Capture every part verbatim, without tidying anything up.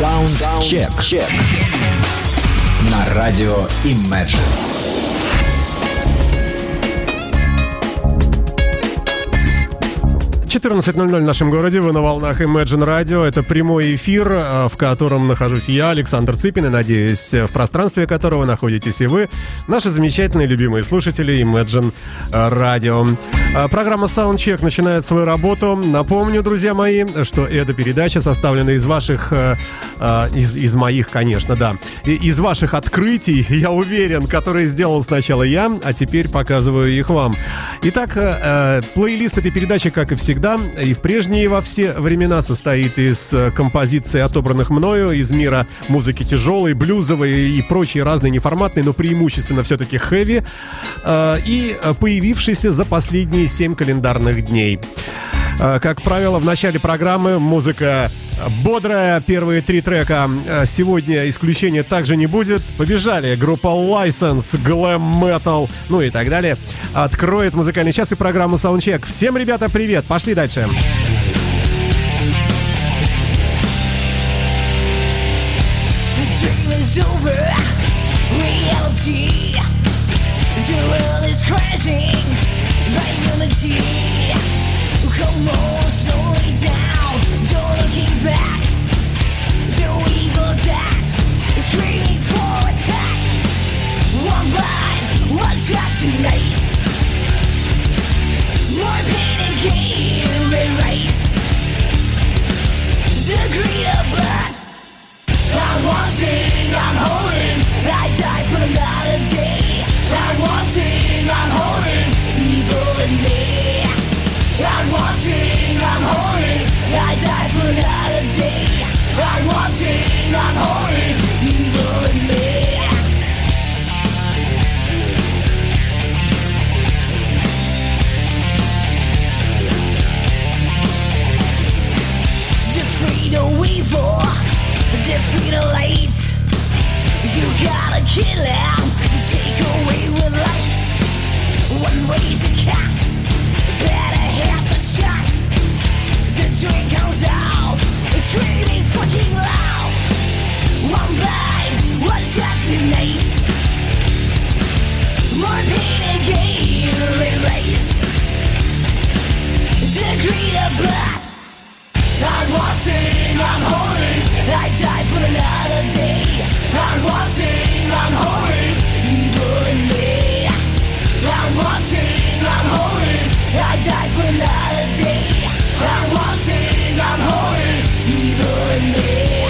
Саундчек. На радио Imagine. четырнадцать ноль ноль в нашем городе, вы на волнах Imagine Radio. Это прямой эфир, в котором нахожусь я, Александр Цыпин, и, надеюсь, в пространстве которого находитесь и вы, наши замечательные любимые слушатели Imagine Radio. Программа Soundcheck начинает свою работу. Напомню, друзья мои, что эта передача составлена из ваших, из, из моих, конечно, да, из ваших открытий, я уверен, которые сделал сначала я, а теперь показываю их вам. Итак, плейлист этой передачи, как и всегда, и в прежние во все времена, состоит из композиций, отобранных мною из мира музыки тяжелой, блюзовой и прочей разной неформатной, но преимущественно все-таки хэви, и появившейся за последние семь календарных дней. Как правило, в начале программы музыка бодрая, первые три трека. Сегодня исключения также не будет. Побежали. Группа License, Glam Metal, ну и так далее откроет музыкальный час и программу Soundcheck. Всем, ребята, привет. Пошли дальше. Come on, slow it down, don't looking back. Do evil that, screaming for attack. One by one shot tonight. More pain and gain, erase the greed of blood. I'm wanting, I'm holding, I die for another day. I'm wanting, I'm holding, evil in me. I'm wanting, I'm holding, I die for another day. I'm wanting, I'm holding, evil in me. Defeat the evil, defeat the light. You gotta kill him, take away with lights. One way's a cat. Better hit the shot. The drink goes out, screaming fucking loud. One bite, one shot tonight. More pain and gain, erase the greed of blood. I'm wanting, I'm holding, I die for another day. I'm wanting, I'm holding, evil in me. I'm wanting, I'm holding, I die for another day. I'm wanting, I'm holding, evil in me.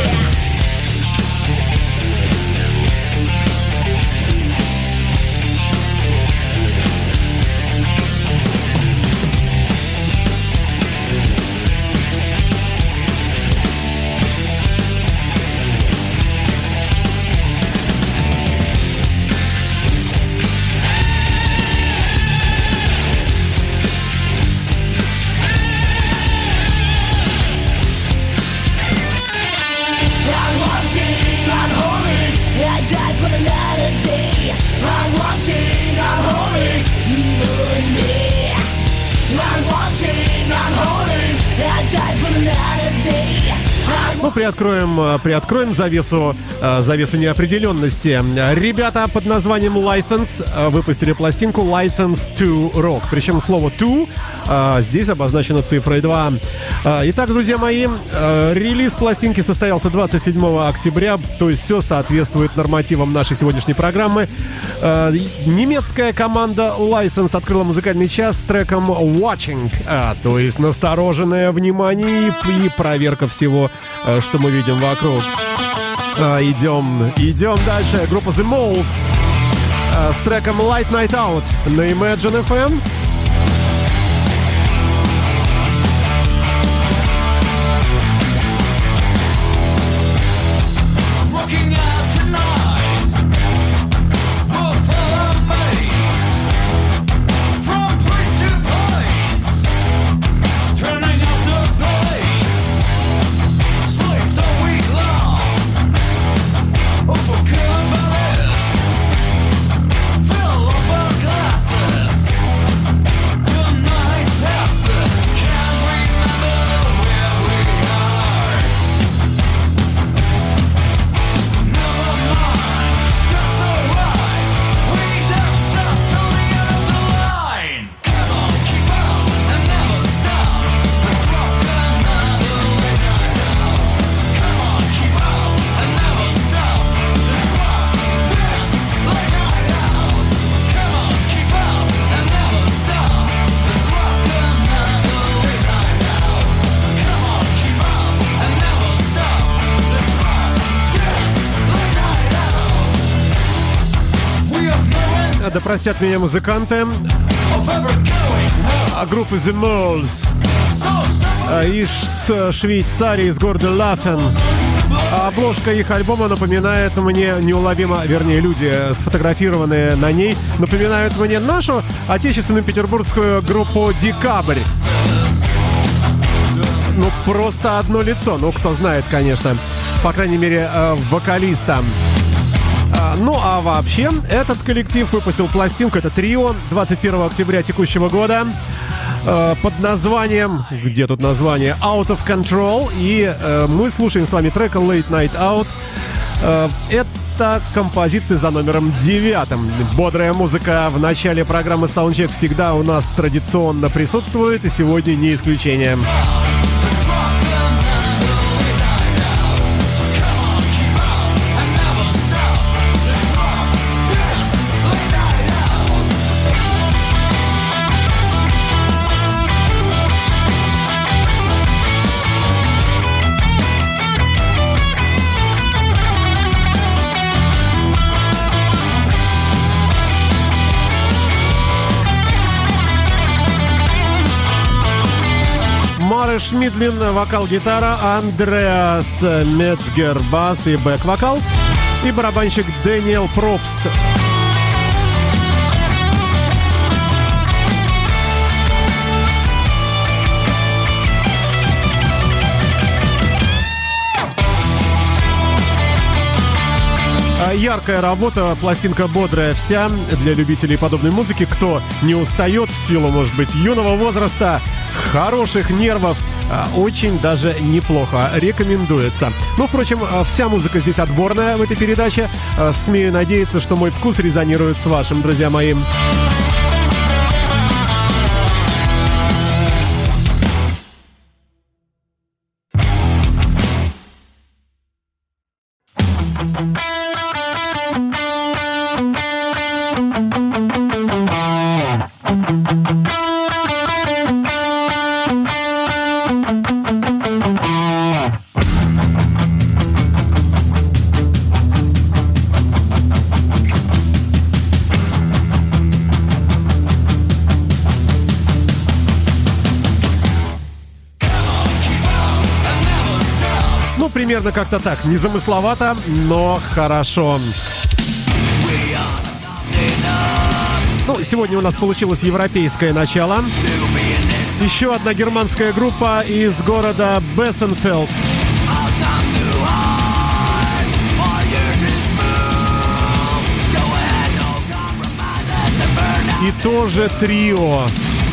Ну, приоткроем, приоткроем завесу, завесу неопределенности. Ребята под названием License выпустили пластинку License to Rock. Причем слово to здесь обозначено цифрой два. Итак, друзья мои, релиз пластинки состоялся двадцать седьмого октября, то есть все соответствует нормативам нашей сегодняшней программы. Немецкая команда License открыла музыкальный час с треком Watching, то есть настороженное внимание и проверка всего, что мы видим вокруг. Идем, идем дальше. Группа The Moles с треком Light Night Out на Imagine эф эм. Fill up our glasses. да простят меня музыканты, группы The Moles из Швейцарии, из города Лафен. Обложка их альбома напоминает мне неуловимо, вернее, люди, сфотографированные на ней, напоминают мне нашу отечественную петербургскую группу «Декабрь». Ну, просто одно лицо. Ну, кто знает, конечно. По крайней мере, вокалиста. Ну, а вообще, этот коллектив выпустил пластинку, это трио, двадцать первого октября текущего года, э, под названием, где тут название, Out of Control. И э, мы слушаем с вами трек Late Night Out. Э, это композиция за номером девятым. Бодрая музыка в начале программы Soundcheck всегда у нас традиционно присутствует, и сегодня не исключение. Шмидлин вокал-гитара, Андреас Мецгер бас и бэк-вокал, и барабанщик Дэниел Пробст. Яркая работа, пластинка бодрая вся для любителей подобной музыки, кто не устает в силу, может быть, юного возраста, хороших нервов, очень даже неплохо, рекомендуется. Ну, впрочем, вся музыка здесь отборная в этой передаче. Смею надеяться, что мой вкус резонирует с вашим, друзья мои. Примерно как-то так, незамысловато, но хорошо. Ну, сегодня у нас получилось европейское начало. Еще одна германская группа из города Бессенфельд. И тоже трио.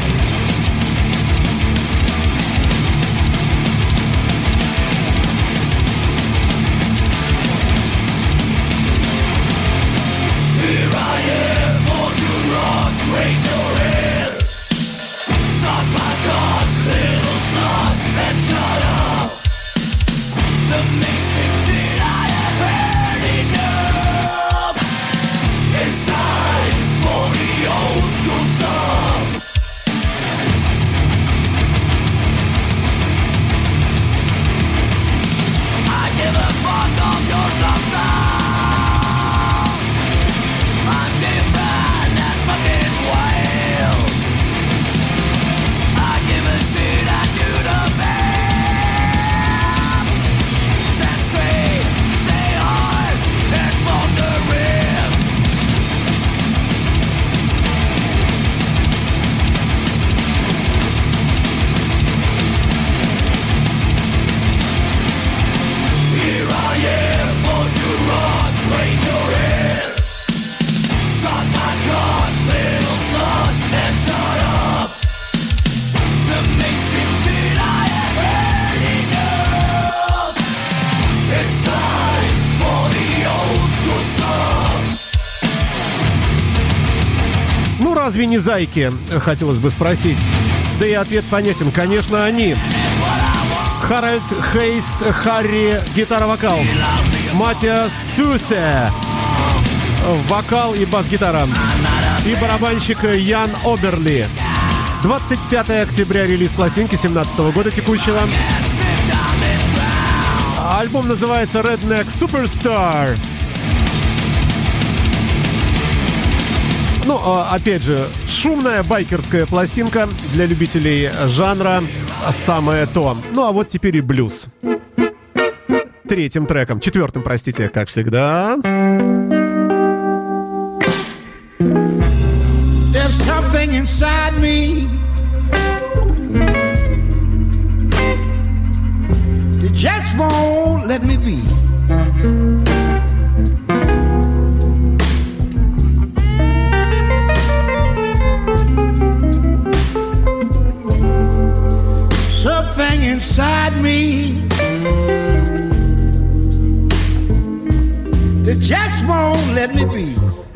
Разве не зайки, хотелось бы спросить. Да и ответ понятен, конечно, они. Харальд Хейст, Харри, гитара-вокал. Матиас Сусе, вокал и бас-гитара. И барабанщик Ян Оберли. двадцать пятого октября релиз пластинки семнадцатого года текущего. Альбом называется Redneck Superstar. Ну, опять же, шумная байкерская пластинка для любителей жанра самое то. Ну, а вот теперь и блюз. Третьим треком, четвертым, простите, как всегда. There's something inside me that just won't let me be. Something inside me that just won't let me be.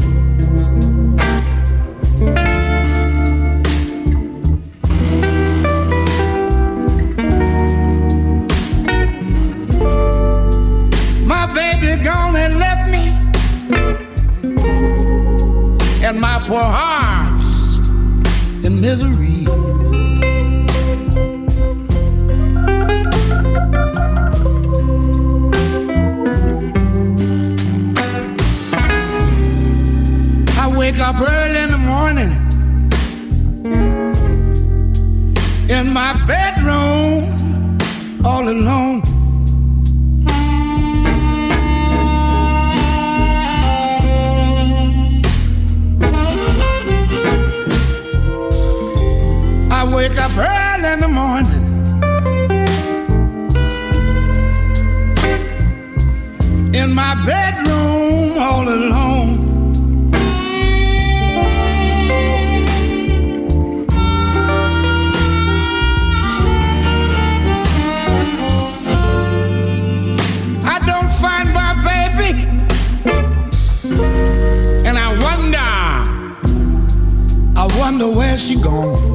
My baby gone and left me, and my poor heart's in misery. Wake up early in the morning in my bedroom all alone. I wake up early in the morning in my bedroom all alone. I wonder where she gone.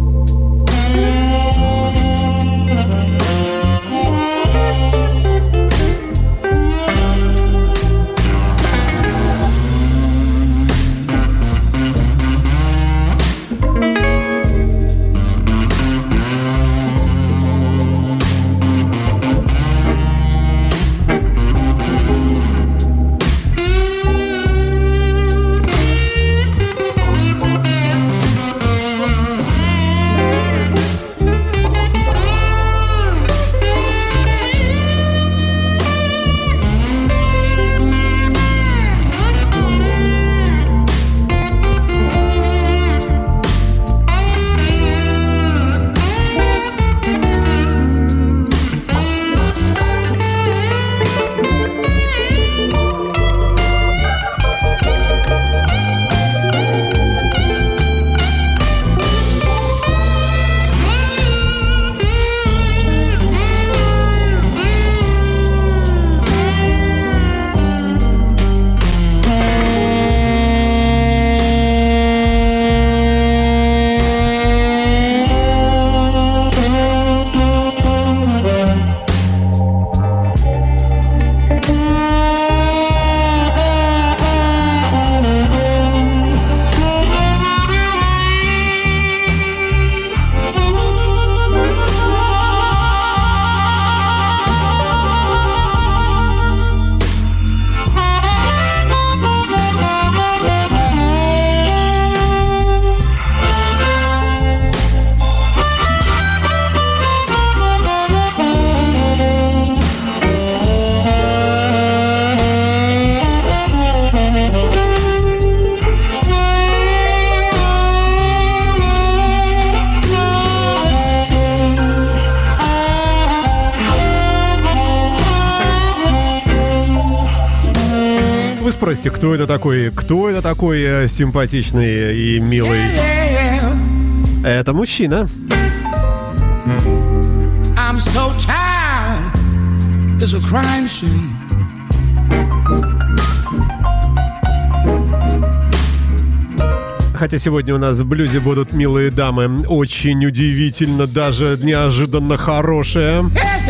Вы спросите, кто это такой? Кто это такой э, симпатичный и милый? Это мужчина. I'm so tired. It's a crime scene. Хотя сегодня у нас в блюзе будут милые дамы. Очень удивительно, даже неожиданно хорошие.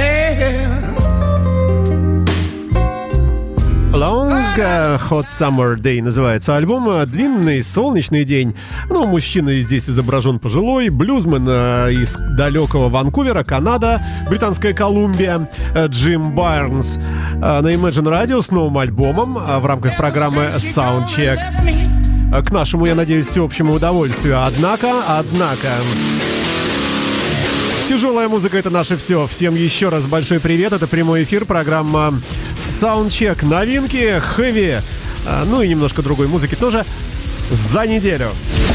Long Hot Summer Day называется альбом. Длинный солнечный день. Ну, мужчина здесь изображен пожилой, блюзмен из далекого Ванкувера, Канада, Британская Колумбия, Джим Байрнс на Imagine Radio с новым альбомом в рамках программы Soundcheck. к нашему, я надеюсь, всеобщему удовольствию. Однако, однако... Тяжелая музыка — это наше все. Всем еще раз большой привет. Это прямой эфир, программа Soundcheck. Новинки, хэви, ну и немножко другой музыки тоже за неделю.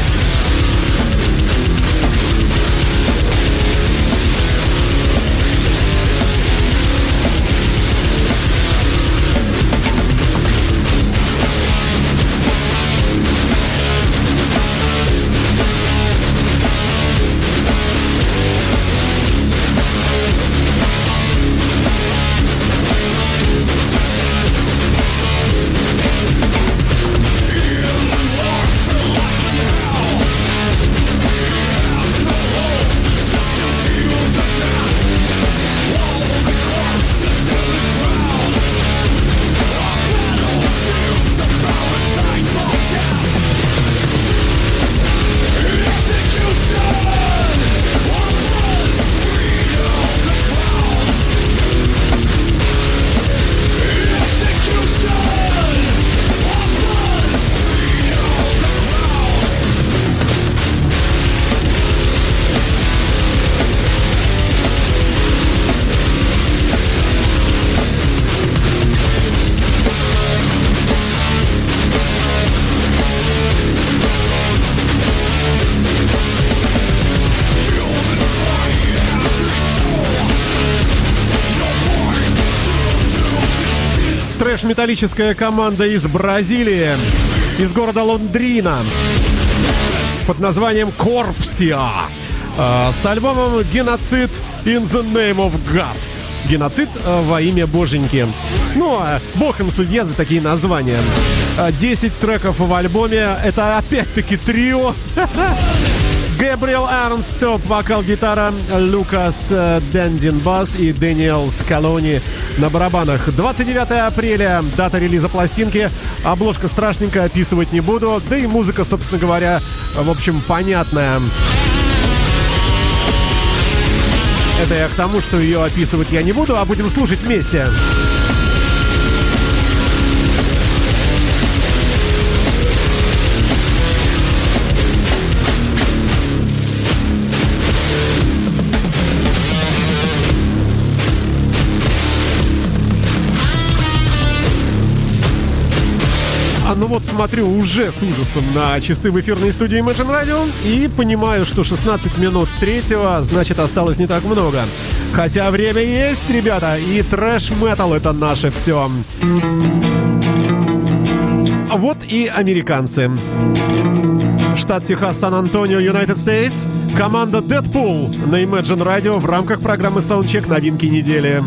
Металлическая команда из Бразилии, из города Лондрина, под названием Corpsia, э, с альбомом «Genocide in the name of God». Геноцид э, во имя Боженьки. Ну, а бог им судья за такие названия. десять треков в альбоме. Это опять-таки трио. Гэбриэл Арнстоп, вокал-гитара, Лукас Дэндин бас и Дэниел Скалони на барабанах. двадцать девятое апреля, дата релиза пластинки. Обложка страшненькая, описывать не буду. Да и музыка, собственно говоря, в общем, понятная. Это я к тому, что ее описывать я не буду, а будем слушать вместе. Ну вот смотрю уже с ужасом на часы в эфирной студии Imagine Radio и понимаю, что шестнадцать минут третьего, значит, осталось не так много. Хотя время есть, ребята, и трэш-метал — это наше все. Вот и американцы. Штат Техас, Сан-Антонио, United States. Команда Deadpool на Imagine Radio в рамках программы Soundcheck «Новинки недели».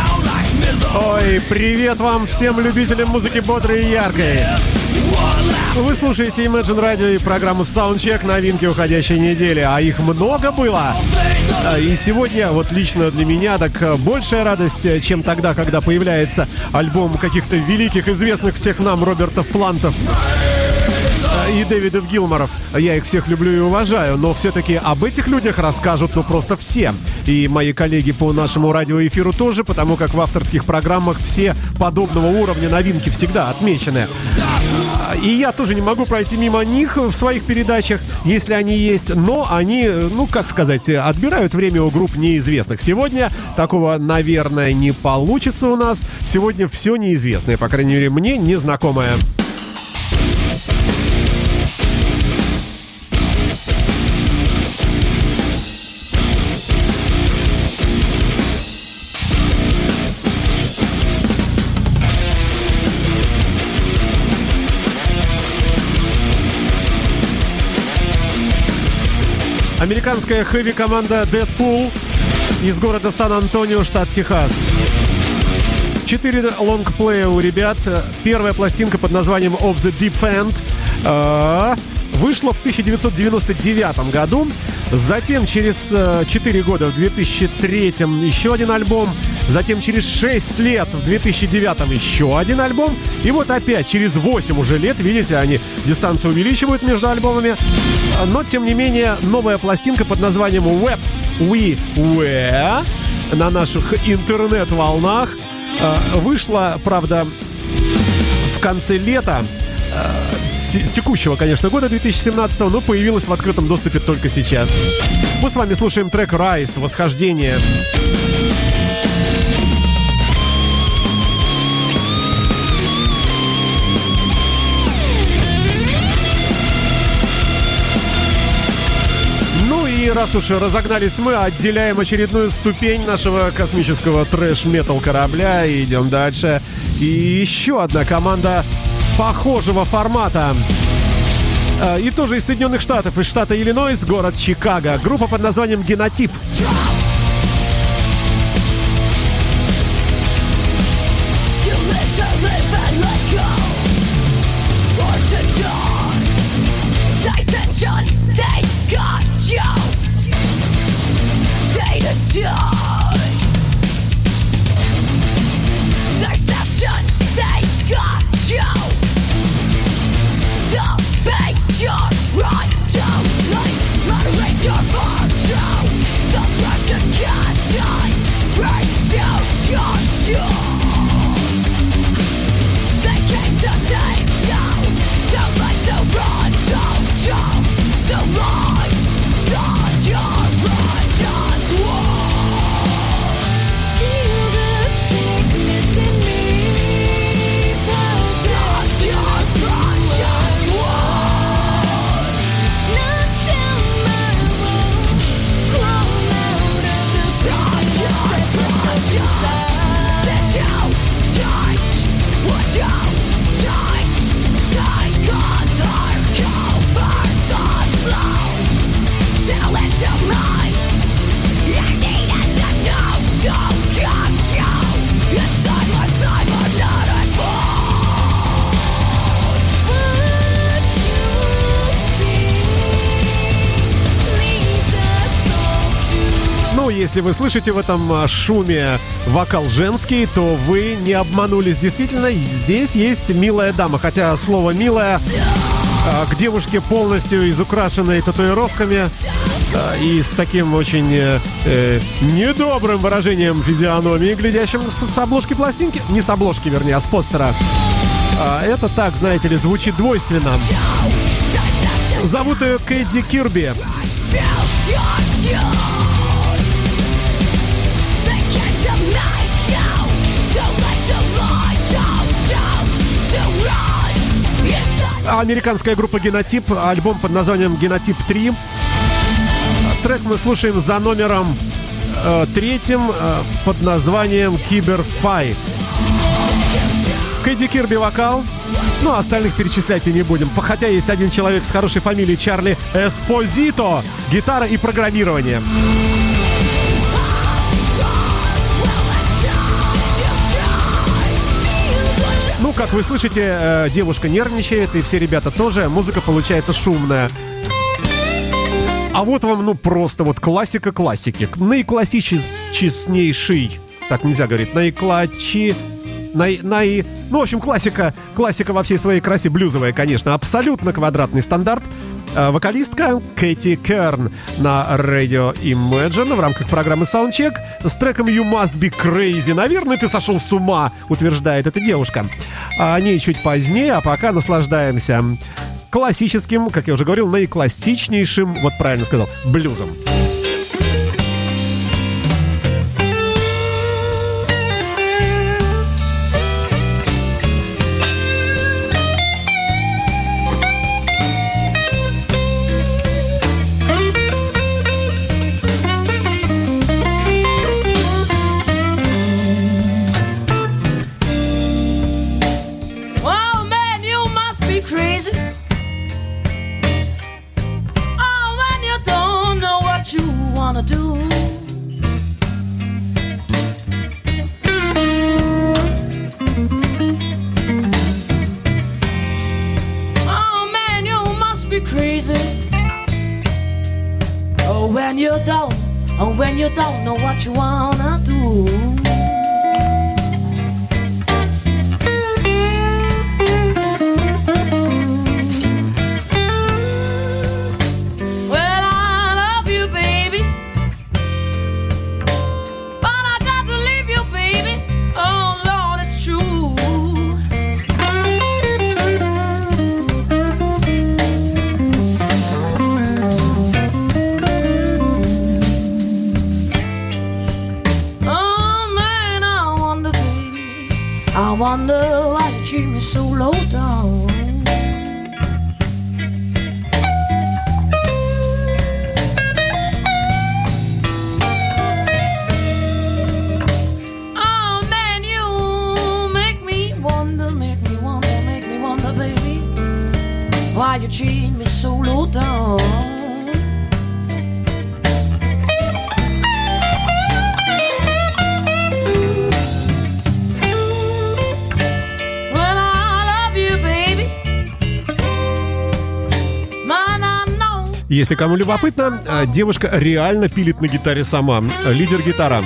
Привет вам всем любителям музыки бодрой и яркой. Вы слушаете Imagine Radio и программу Soundcheck, новинки уходящей недели, а их много было. И сегодня, вот лично для меня, так большая радость, чем тогда, когда появляется альбом каких-то великих, известных всех нам Робертов Плантов и Дэвидов Гилморов. Я их всех люблю и уважаю, но все-таки об этих людях расскажут, ну, просто все. И мои коллеги по нашему радиоэфиру тоже, потому как в авторских программах все подобного уровня новинки всегда отмечены. И я тоже не могу пройти мимо них в своих передачах, если они есть, но они, ну, как сказать, отбирают время у групп неизвестных. Сегодня такого, наверное, не получится у нас. Сегодня все неизвестное, по крайней мере, мне незнакомое. Американская хэви-команда Deadpool из города Сан-Антонио, штат Техас. Четыре лонгплея у ребят. Первая пластинка под названием Of the Deep End э, вышла в тысяча девятьсот девяносто девятом году. Затем через четыре года, в две тысячи третьем, еще один альбом. Затем через шесть лет, в две тысячи девятом, еще один альбом. И вот опять, через восемь уже лет, видите, они дистанцию увеличивают между альбомами. Но, тем не менее, новая пластинка под названием Webs We Were на наших интернет-волнах вышла, правда, в конце лета текущего, конечно, года две тысячи семнадцатого, но появилась в открытом доступе только сейчас. Мы с вами слушаем трек Rise, Восхождение. И раз уж разогнались мы, отделяем очередную ступень нашего космического трэш-метал корабля и идем дальше. И еще одна команда похожего формата. И тоже из Соединенных Штатов, из штата Иллинойс, город Чикаго. Группа под названием Генотип. Если вы слышите в этом шуме вокал женский, то вы не обманулись. Действительно, здесь есть милая дама. Хотя слово «милая» к девушке, полностью изукрашенной татуировками и с таким очень э, недобрым выражением физиономии, глядящим с, с обложки пластинки. Не с обложки, вернее, а с постера. Это так, знаете ли, звучит двойственно. Зовут ее Кэдди Кирби. Американская группа Генотип, альбом под названием Генотип три. Трек мы слушаем за номером э, третьим э, под названием Киберфай. Кэдди Кирби вокал, ну остальных перечислять и не будем. Хотя есть один человек с хорошей фамилией Чарли Эспозито, гитара и программирование. Ну, как вы слышите, э, девушка нервничает, и все ребята тоже. Музыка получается шумная. А вот вам, ну, просто вот классика классики. Наиклассичнейший, так нельзя говорить, наиклачи... Наи, наи, ну, в общем, классика, классика во всей своей красе, блюзовая, конечно. Абсолютно квадратный стандарт. Э, вокалистка Кэти Керн на Radio Imagine в рамках программы Soundcheck с треком You Must Be Crazy. Наверное, ты сошел с ума, утверждает эта девушка. О ней чуть позднее, а пока наслаждаемся классическим, как я уже говорил, наиклассичнейшим, вот правильно сказал, блюзом. When you don't, or when you don't know what you wanna do. Well, I love you, baby, but I got to leave you, baby. Oh, Lord, it's true. I wonder why you treat me so low down. Oh man, you make me wonder, make me wonder, make me wonder, baby, why you treat me so low down. Если кому любопытно, девушка реально пилит на гитаре сама. Лидер гитара.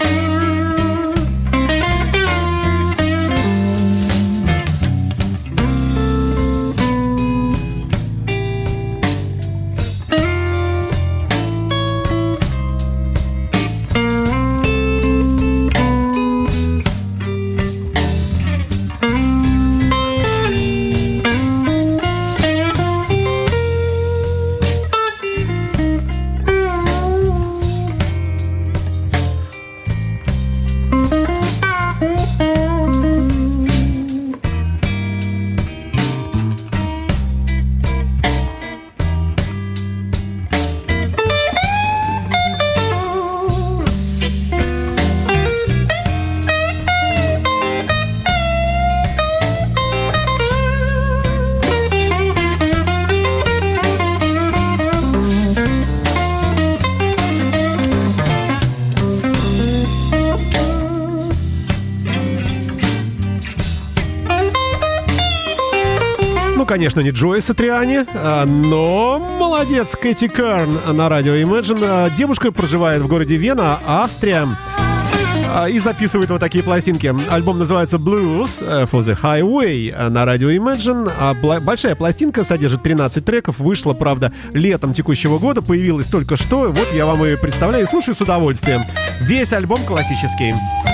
Конечно, не Джои Сатриани, но молодец, Кэти Керн на радио Imagine. Девушка проживает в городе Вена, Австрия, и записывает вот такие пластинки. Альбом называется Blues for the Highway на радио Imagine. Большая пластинка, содержит тринадцать треков. Вышла, правда, летом текущего года. Появилась только что. Вот я вам ее представляю и слушаю с удовольствием. Весь альбом классический.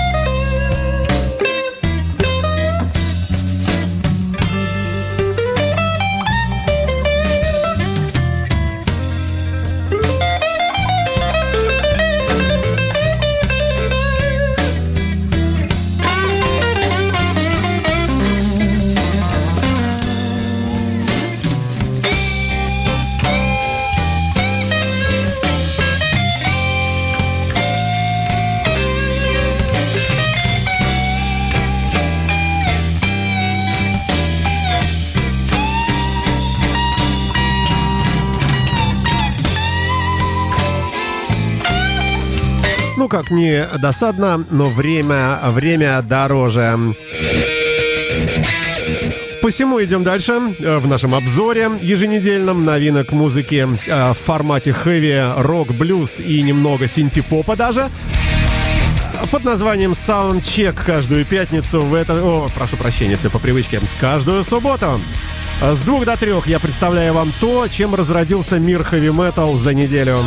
Ну, как ни досадно, но время, время дороже. Посему идем дальше в нашем обзоре еженедельном новинок музыки в формате хэви, рок, блюз и немного синти-попа даже. Под названием Soundcheck каждую пятницу в это... О, прошу прощения, все по привычке. Каждую субботу с двух до трех я представляю вам то, чем разродился мир хэви-метал за неделю.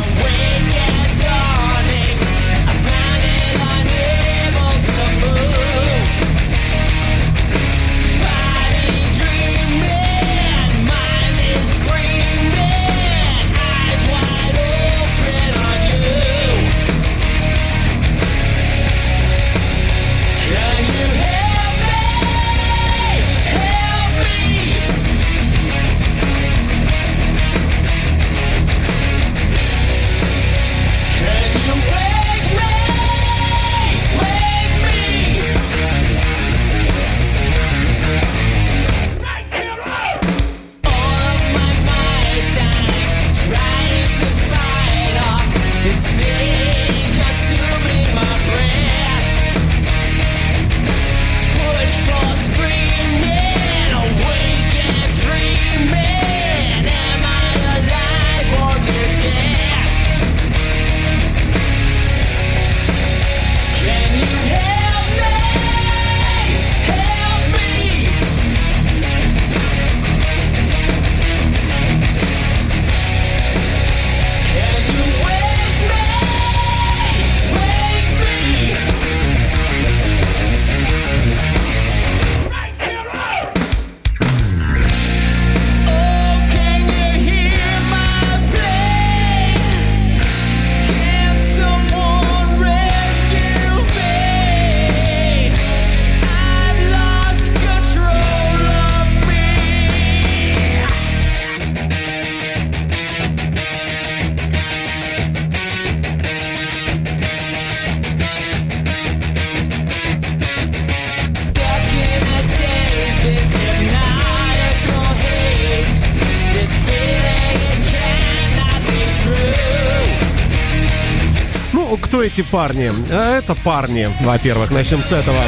Кто эти парни? Это парни, во-первых, начнем с этого.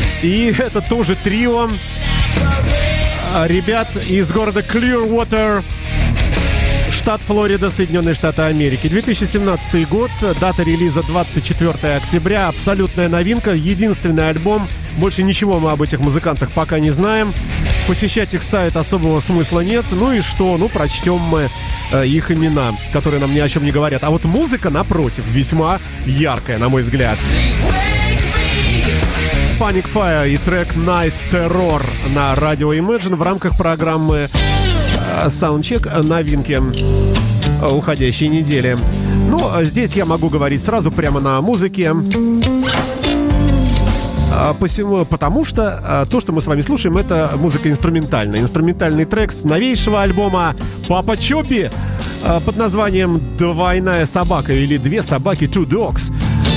И это тоже трио ребят из города Clearwater, штат Флорида, Соединенные Штаты Америки. две тысячи семнадцатый год, дата релиза двадцать четвёртого октября, абсолютная новинка, единственный альбом. Больше ничего мы об этих музыкантах пока не знаем. Посещать их сайт особого смысла нет. Ну и что? Ну, прочтем мы э, их имена, которые нам ни о чем не говорят. А вот музыка, напротив, весьма яркая, на мой взгляд. Panic Fire и трек Night Terror на радио Imagine в рамках программы э, Soundcheck новинки э, уходящей недели. Ну, здесь я могу говорить сразу прямо на музыке. Посему, потому что а, то, что мы с вами слушаем, это музыка инструментальная. Инструментальный трек с новейшего альбома Папа Чобби а, под названием «Двойная собака» или «Две собаки, Two Dogs».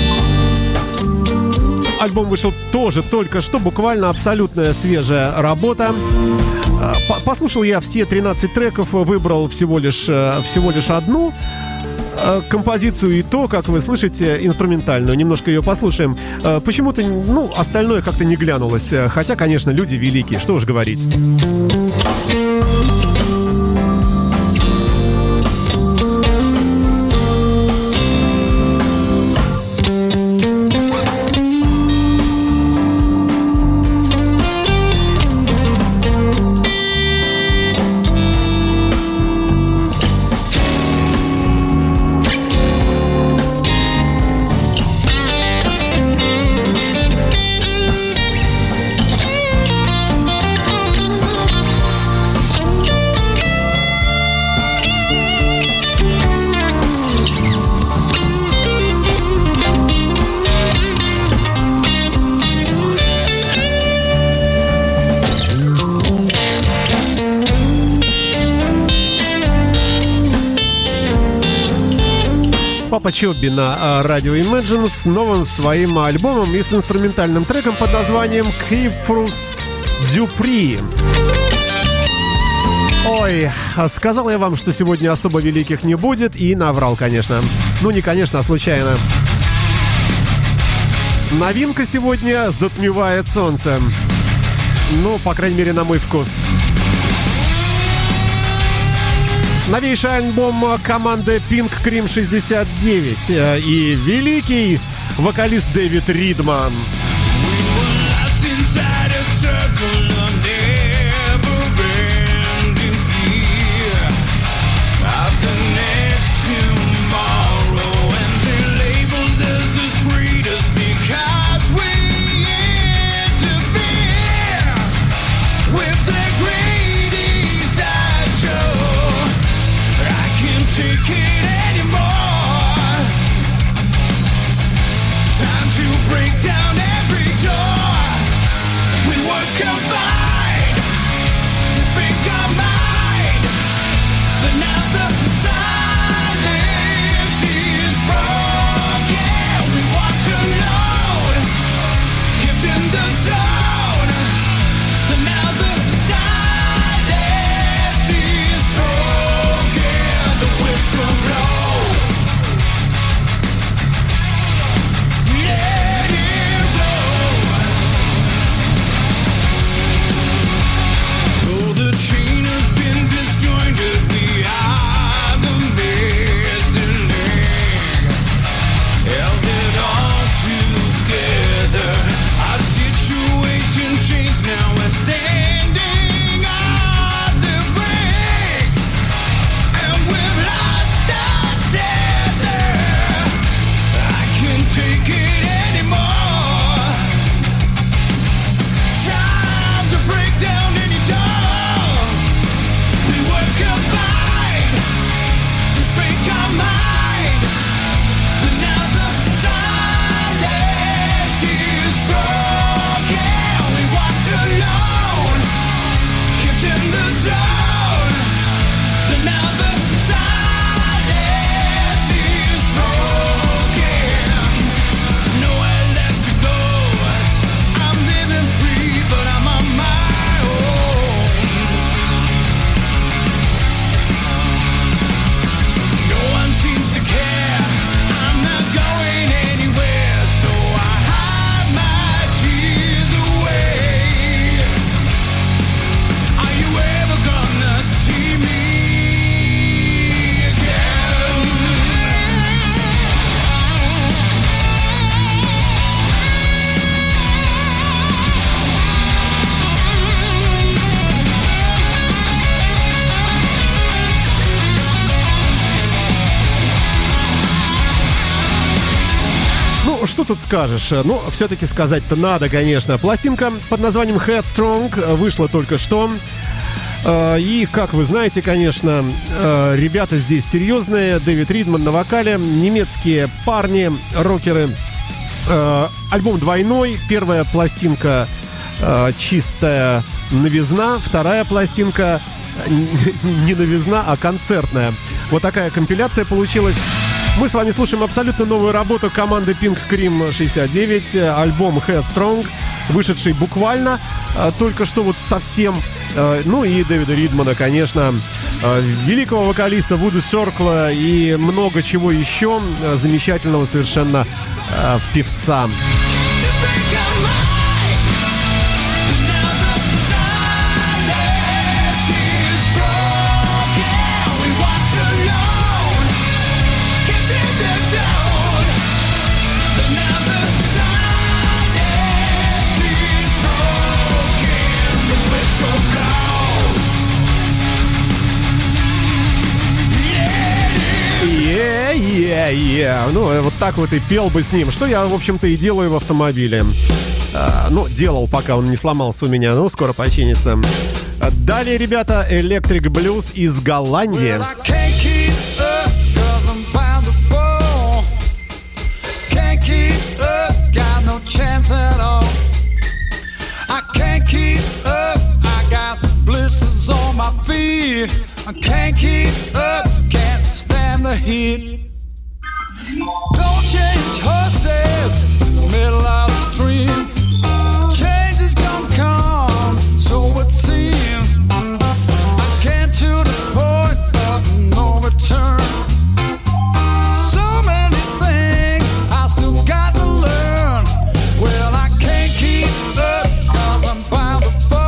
Альбом вышел тоже только что, буквально абсолютная свежая работа. А, по- послушал я все тринадцать треков, выбрал всего лишь, всего лишь одну композицию, и то, как вы слышите, инструментальную. Немножко ее послушаем. Почему-то, ну, остальное как-то не глянулось. Хотя, конечно, люди великие, что уж говорить. Папа Чобби на радио Imagine с новым своим альбомом и с инструментальным треком под названием Keepful's Dupree. Ой, сказал я вам, что сегодня особо великих не будет, и наврал, конечно. Ну, не конечно, а случайно. Новинка сегодня «Затмевает солнце». Ну, по крайней мере, на мой вкус. Новейший альбом команды Pink Cream шестьдесят девять и великий вокалист Дэвид Ридман. Take it anymore. Time to break down every door. We were confined to speak our mind, but now the silence is broken. We walked alone, kept in the zone, but now the silence is broken. The whistle blows. Let it blow. So the chain has been disjointed. We are the missing link. Held it all together. Our situation changed. Now we're standing on the brink, and we've lost our tether. I can't take it anymore. Time to break down any door. We were confined to speak our mind, but now the silence is broken. We walked alone, kept in the zone, but now the silence is broken. Nowhere left to go. I'm living free, but I'm on my own. No one seems to care. I'm not going anywhere, so I hide my tears away. Are you ever gonna see me again? Ну, что тут скажешь? Ну, все-таки сказать-то надо, конечно. Пластинка под названием Headstrong вышла только что. Э, И, как вы знаете, конечно, э, ребята здесь серьезные. Дэвид Ридман на вокале, немецкие парни, рокеры. Э, Альбом двойной. Первая пластинка э, чистая новизна. Вторая пластинка э, не новизна, а концертная. Вот такая компиляция получилась. Мы с вами слушаем абсолютно новую работу команды Pink Cream шестьдесят девять, альбом Headstrong, вышедший буквально э, только что вот совсем. Э, ну и Дэвида Ридмана, конечно, э, великого вокалиста Вуду Сёркла и много чего еще, э, замечательного совершенно э, певца. Just break our mind, but now the silence is broken. We walked alone, kept in the zone, but now the silence is broken. The whistle blows. Let it Е-е-е. Ну, вот так вот и пел бы с ним. Что я, в общем-то, и делаю в автомобиле. А, ну, делал, пока он не сломался у меня. Ну, скоро починится. А далее, ребята, Electric Blues из Голландии. Well, I can't keep up, 'cause I'm bound to fall. Can't keep up, got no chance at all. I can't keep up, I got blisters on my feet. I can't keep up, can't stand the heat. Don't change horses in the middle of the stream. Change is gonna come, so it seems. I can't to the point of no return. So many things I still got to learn. Well, I can't keep up, 'cause I'm bound to fall.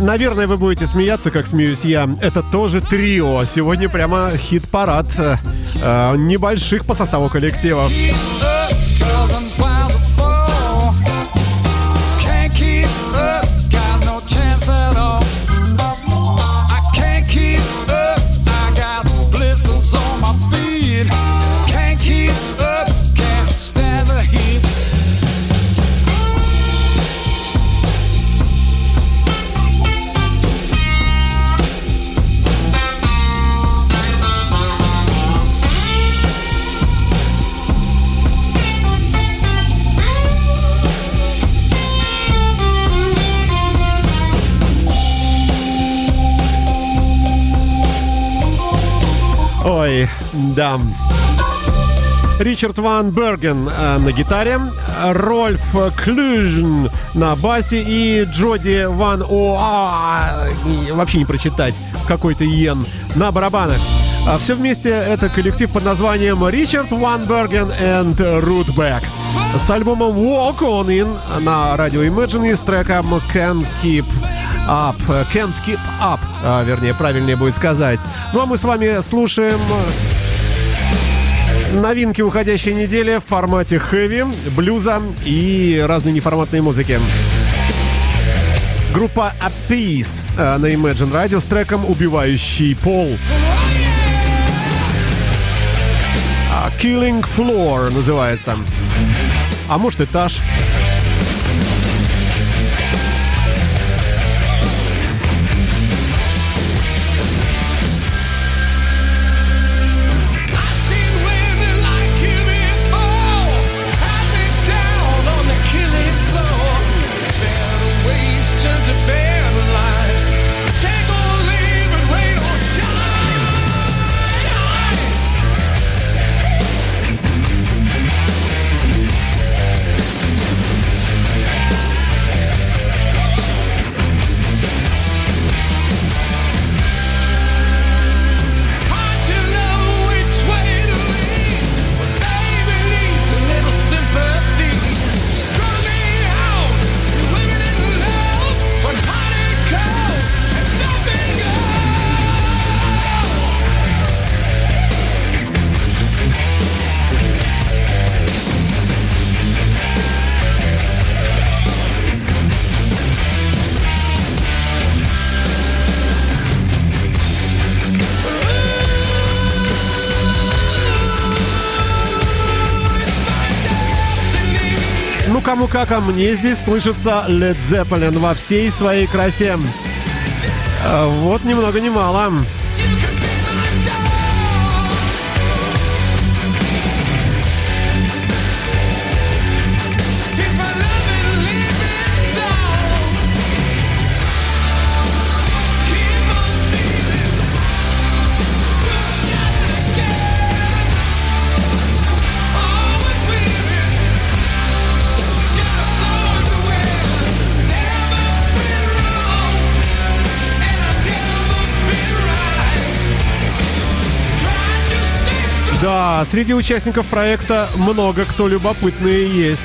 Наверное, вы будете смеяться, как смеюсь я. Это тоже трио. Сегодня прямо хит-парад э, небольших по составу коллективов. Ой, да. Ричард Ван Берген э, на гитаре, Рольф Клюжн на басе и Джоди Ван О... А, вообще не прочитать, какой-то Йен на барабанах. А все вместе это коллектив под названием Ричард Ван Берген and Rootback. С альбомом Walk On In на радио Imagine и с треком Can't Keep Up. Can't Keep Up, а, вернее, правильнее будет сказать. Ну а мы с вами слушаем новинки уходящей недели в формате хэви, блюза и разной неформатной музыки. Группа Appease а, на Imagine Radio с треком «Убивающий пол». А, Killing Floor называется. А может, этаж. Кому как, а мне здесь слышится Led Zeppelin во всей своей красе. Вот ни много ни мало. Да, среди участников проекта много кто любопытный есть.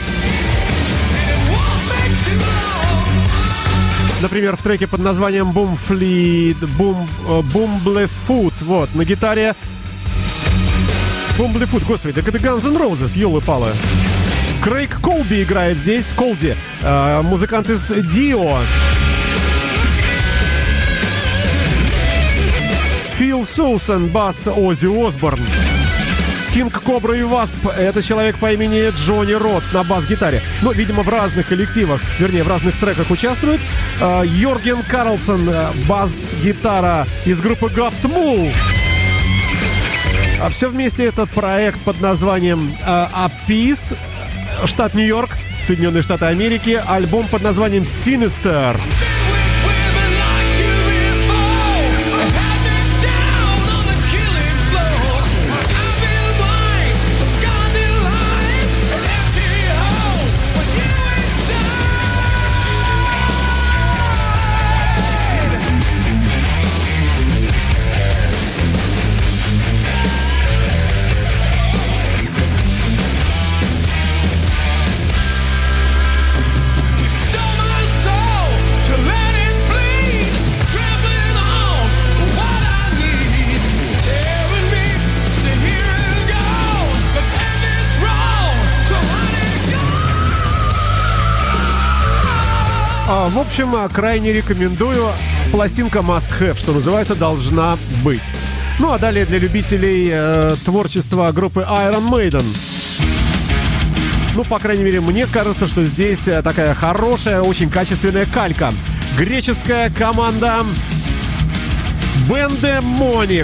Например, в треке под названием Boomfleet, Boom, Boomfleet, вот, на гитаре Boomfleet, господи, так это Guns N' Roses, ёлы-палы. Крейг Колби играет здесь, Колди, э, музыкант из Дио. Фил Соусон, бас Оззи Осборн. Кинг, Кобра и Васп — это человек по имени Джонни Рот на бас-гитаре. Ну, видимо, в разных коллективах, вернее, в разных треках участвует. Э, Йорген Карлсон, бас-гитара из группы Got Move. А все вместе этот проект под названием э, Appease, штат Нью-Йорк, Соединенные Штаты Америки. Альбом под названием Sinister. To А, в общем, крайне рекомендую. Пластинка must have, что называется, должна быть. Ну а далее для любителей э, творчества группы Iron Maiden. Ну, по крайней мере, мне кажется, что здесь такая хорошая, очень качественная калька. Греческая команда Бандемоник.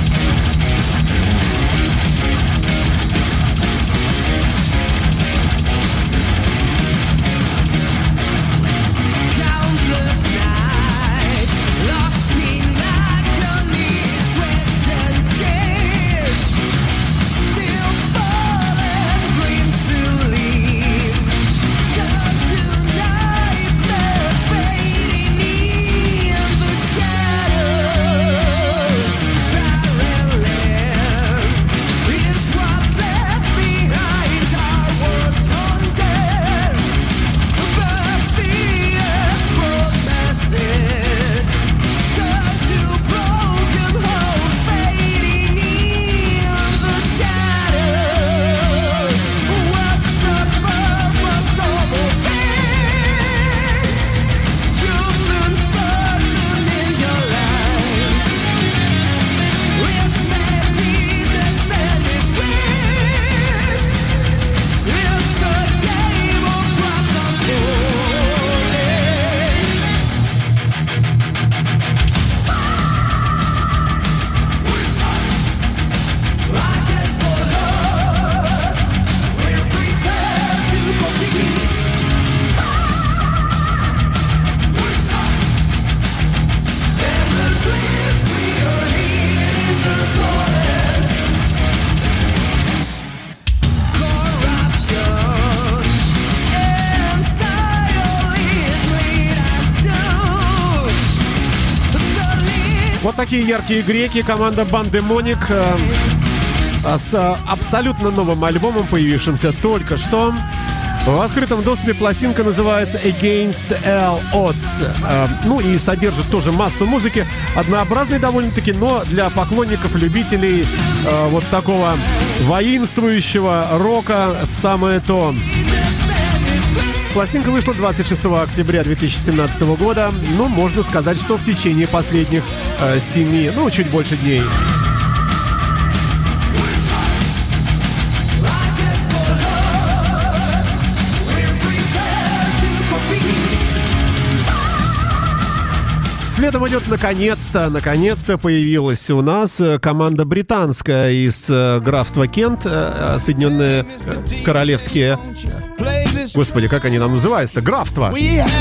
Вот такие яркие греки, команда Бандемоник э, с э, абсолютно новым альбомом, появившимся только что. В открытом доступе пластинка называется Against All Odds. Э, ну и содержит тоже массу музыки, однообразной довольно-таки, но для поклонников, любителей э, вот такого воинствующего рока самое то. Пластинка вышла двадцать шестого октября две тысячи семнадцатого года. Ну, можно сказать, что в течение последних э, семи, ну, чуть больше дней. Следом идет, наконец-то, наконец-то появилась у нас команда британская из э, графства Кент, э, Соединенные э, Королевские... Господи, как они нам называются-то? Графство!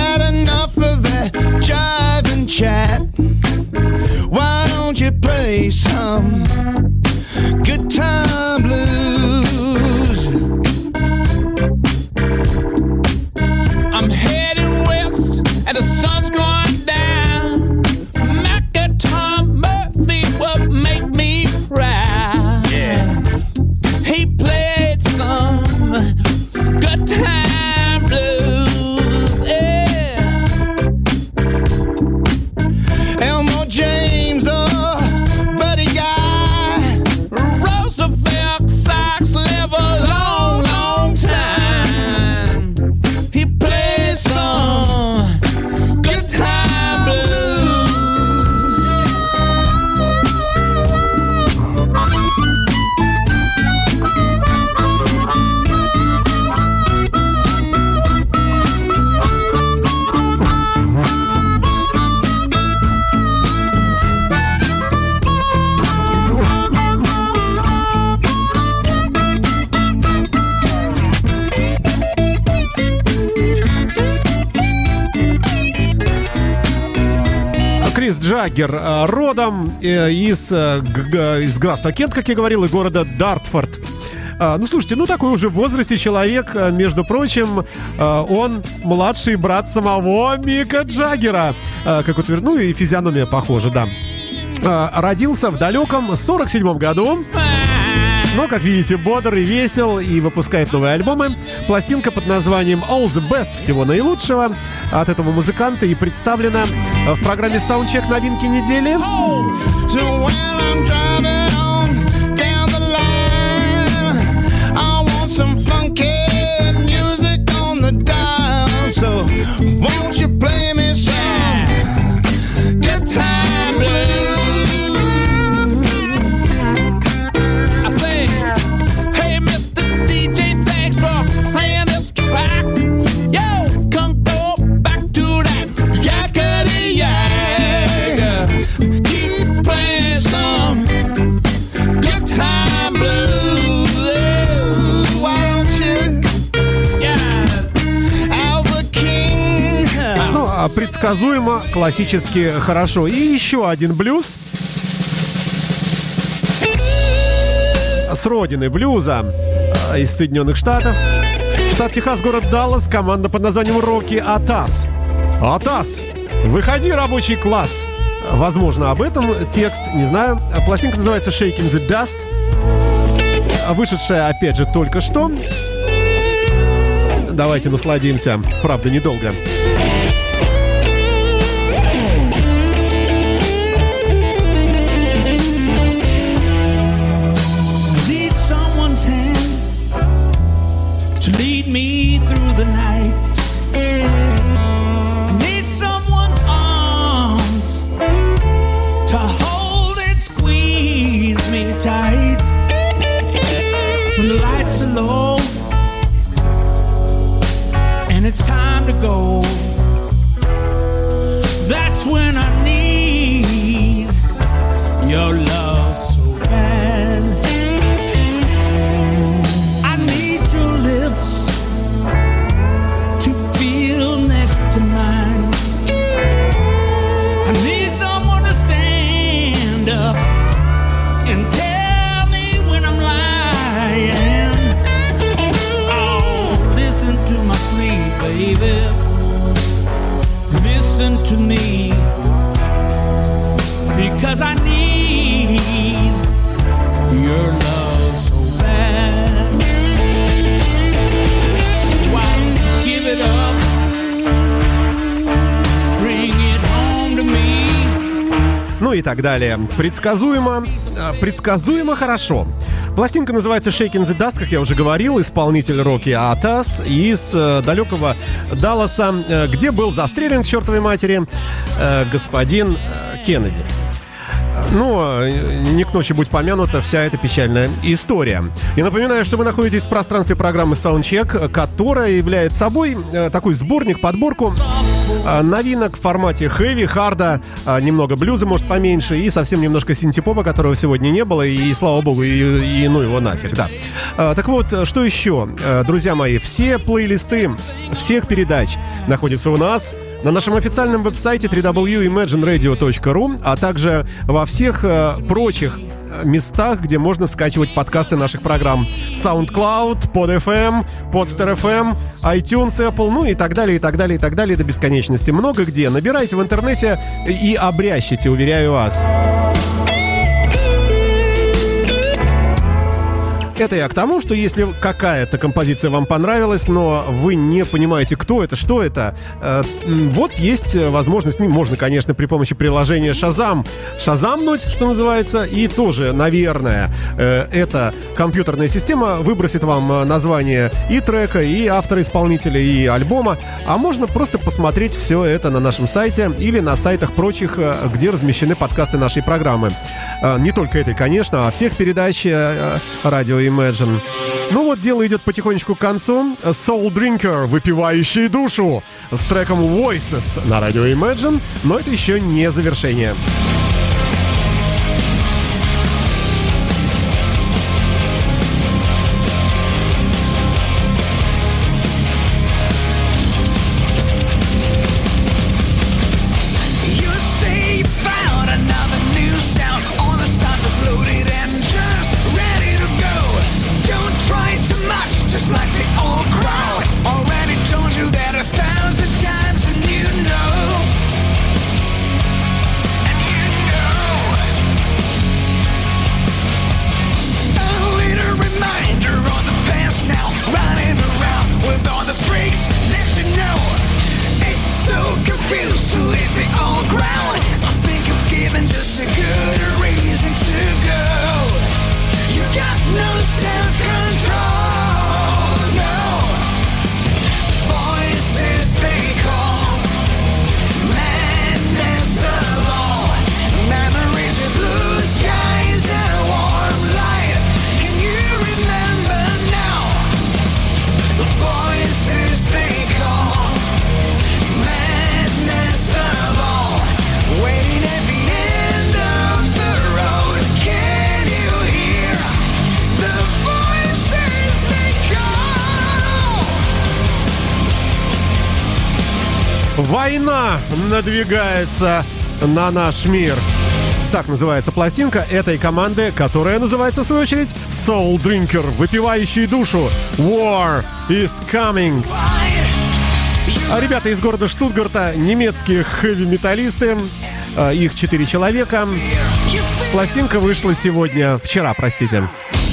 Джаггер родом из, из графства Кент, как я говорил, и города Дартфорд. Ну, слушайте, ну такой уже в возрасте человек, между прочим, он младший брат самого Мика Джаггера, как утверждают, ну и физиономия похожа, да. Родился в далеком сорок седьмом году. Но, как видите, бодр и весел, и выпускает новые альбомы. Пластинка под названием All the Best, всего наилучшего, от этого музыканта и представлена в программе Soundcheck новинки недели. Won't you play предсказуемо, классически хорошо. И еще один блюз с родины блюза из Соединенных Штатов. Штат Техас, город Даллас, команда под названием Rocky Атас. Атас, выходи, рабочий класс. Возможно, об этом текст, не знаю. Пластинка называется Shaking the Dust, вышедшая, опять же, только что. Давайте насладимся, правда, недолго. Me through the night. I need someone's arms to hold and squeeze me tight. When the lights are low and it's time to go, that's when I need your love so bad. I need your lips to mine. I need someone to stand up and tell me when I'm lying. Oh, listen to my plea, baby. Listen to me, because I need your love so bad. So I'll give it up. Ну и так далее. Предсказуемо, предсказуемо хорошо. Пластинка называется Shaking the Dust, как я уже говорил, исполнитель Rocky Атас из э, далекого Далласа, э, где был застрелен, к чертовой матери, э, господин э, Кеннеди. Ну, не к ночи будь помянута вся эта печальная история. И напоминаю, что вы находитесь в пространстве программы Soundcheck, которая является собой э, такой сборник, подборку э, новинок в формате хэви, харда, э, немного блюза, может, поменьше, и совсем немножко синтепопа, которого сегодня не было, и, и слава богу, и, и ну его нафиг, да. Э, так вот, что еще? Э, друзья мои, все плейлисты всех передач находятся у нас на нашем официальном веб-сайте дабл ю дабл ю дабл ю точка имэджин радио точка ру, а также во всех э, прочих местах, где можно скачивать подкасты наших программ. SoundCloud, PodFM, PodStar.эф эм, iTunes, Apple, ну и так далее, и так далее, и так далее до бесконечности. Много где. Набирайте в интернете и обрящите, уверяю вас. Это я к тому, что если какая-то композиция вам понравилась, но вы не понимаете, кто это, что это, э, вот есть возможность, можно, конечно, при помощи приложения Shazam шазамнуть, что называется, и тоже, наверное, э, эта компьютерная система выбросит вам название и трека, и автора-исполнителя, и альбома, а можно просто посмотреть все это на нашем сайте или на сайтах прочих, где размещены подкасты нашей программы. Э, не только этой, конечно, а всех передач э, радио Imagine. Ну вот, дело идет потихонечку к концу. Soul Drinker, выпивающий душу, с треком Voices на радио Imagine, но это еще не завершение. Thousand times and you know, and you Война надвигается на наш мир. Так называется пластинка этой команды, которая называется, в свою очередь, Soul Drinker, выпивающий душу. War is coming. А ребята из города Штутгарта, немецкие хэви-металлисты, их четыре человека. Пластинка вышла сегодня, вчера, простите.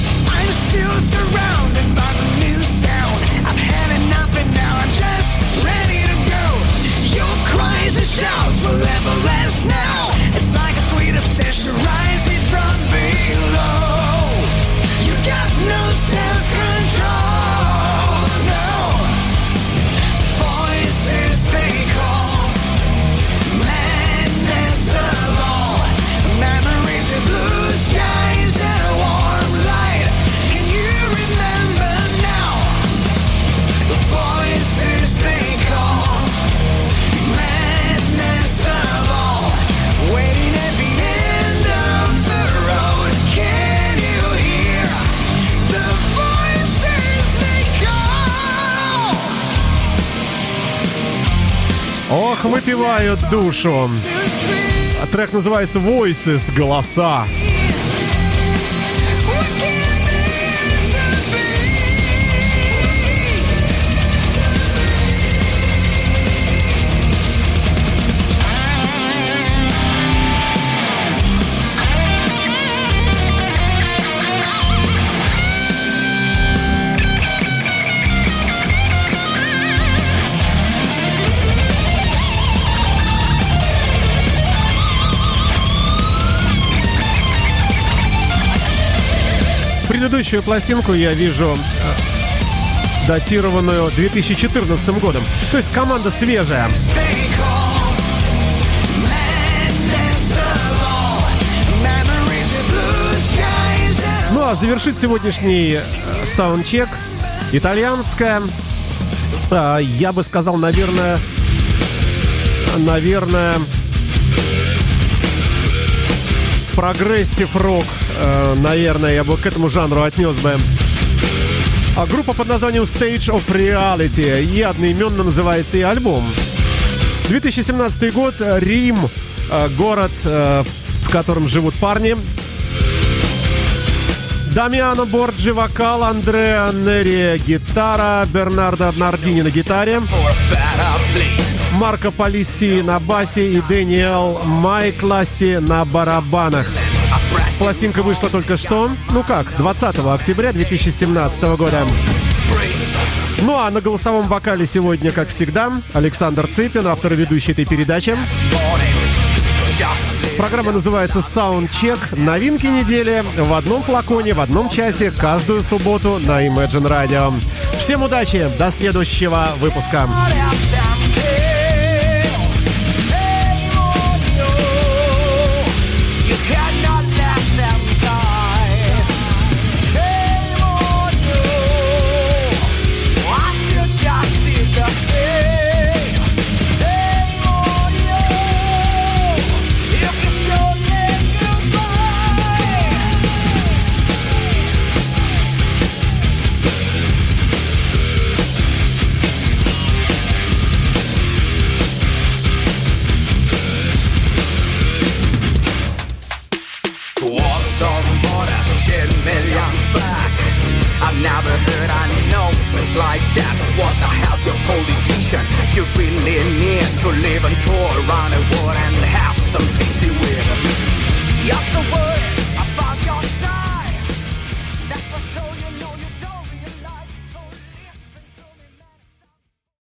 Obsession rising from below. You got no self-control. No. Voices they call. Madness alone. Memories of blue skies and a warm light. Can you remember now? The voices they call. Madness alone. Waiting at the end of the road. Can you hear the voices they call? Ох, выпивают душу. To see Трек называется Voices, голоса. what can this be? Предыдущую пластинку я вижу э, датированную две тысячи четырнадцатым годом. То есть команда свежая. They call madness alone. Memories of blue skies and Ну а завершить сегодняшний э, саундчек итальянская, э, я бы сказал, наверное, наверное, прогрессив-рок, э, наверное, я бы к этому жанру отнес бы. А группа под названием Stage of Reality, и одноименно называется и альбом. две тысячи семнадцатый год, Рим, э, город, э, в котором живут парни. Дамиано Борджи вокал, Андреа Нери гитара, Бернардо Нардини на гитаре, Марко Полисси на басе и Дэниел Майкласси на барабанах. Пластинка вышла только что, ну как, двадцатого октября две тысячи семнадцатого года. Ну а на голосовом вокале сегодня, как всегда, Александр Цыпин, автор и ведущий этой передачи. Программа называется Soundcheck. Новинки недели в одном флаконе, в одном часе, каждую субботу на Imagine Radio. Всем удачи, до следующего выпуска. Never heard a nonsense like that. What the hell, you politician? You really need to live and tour around the world and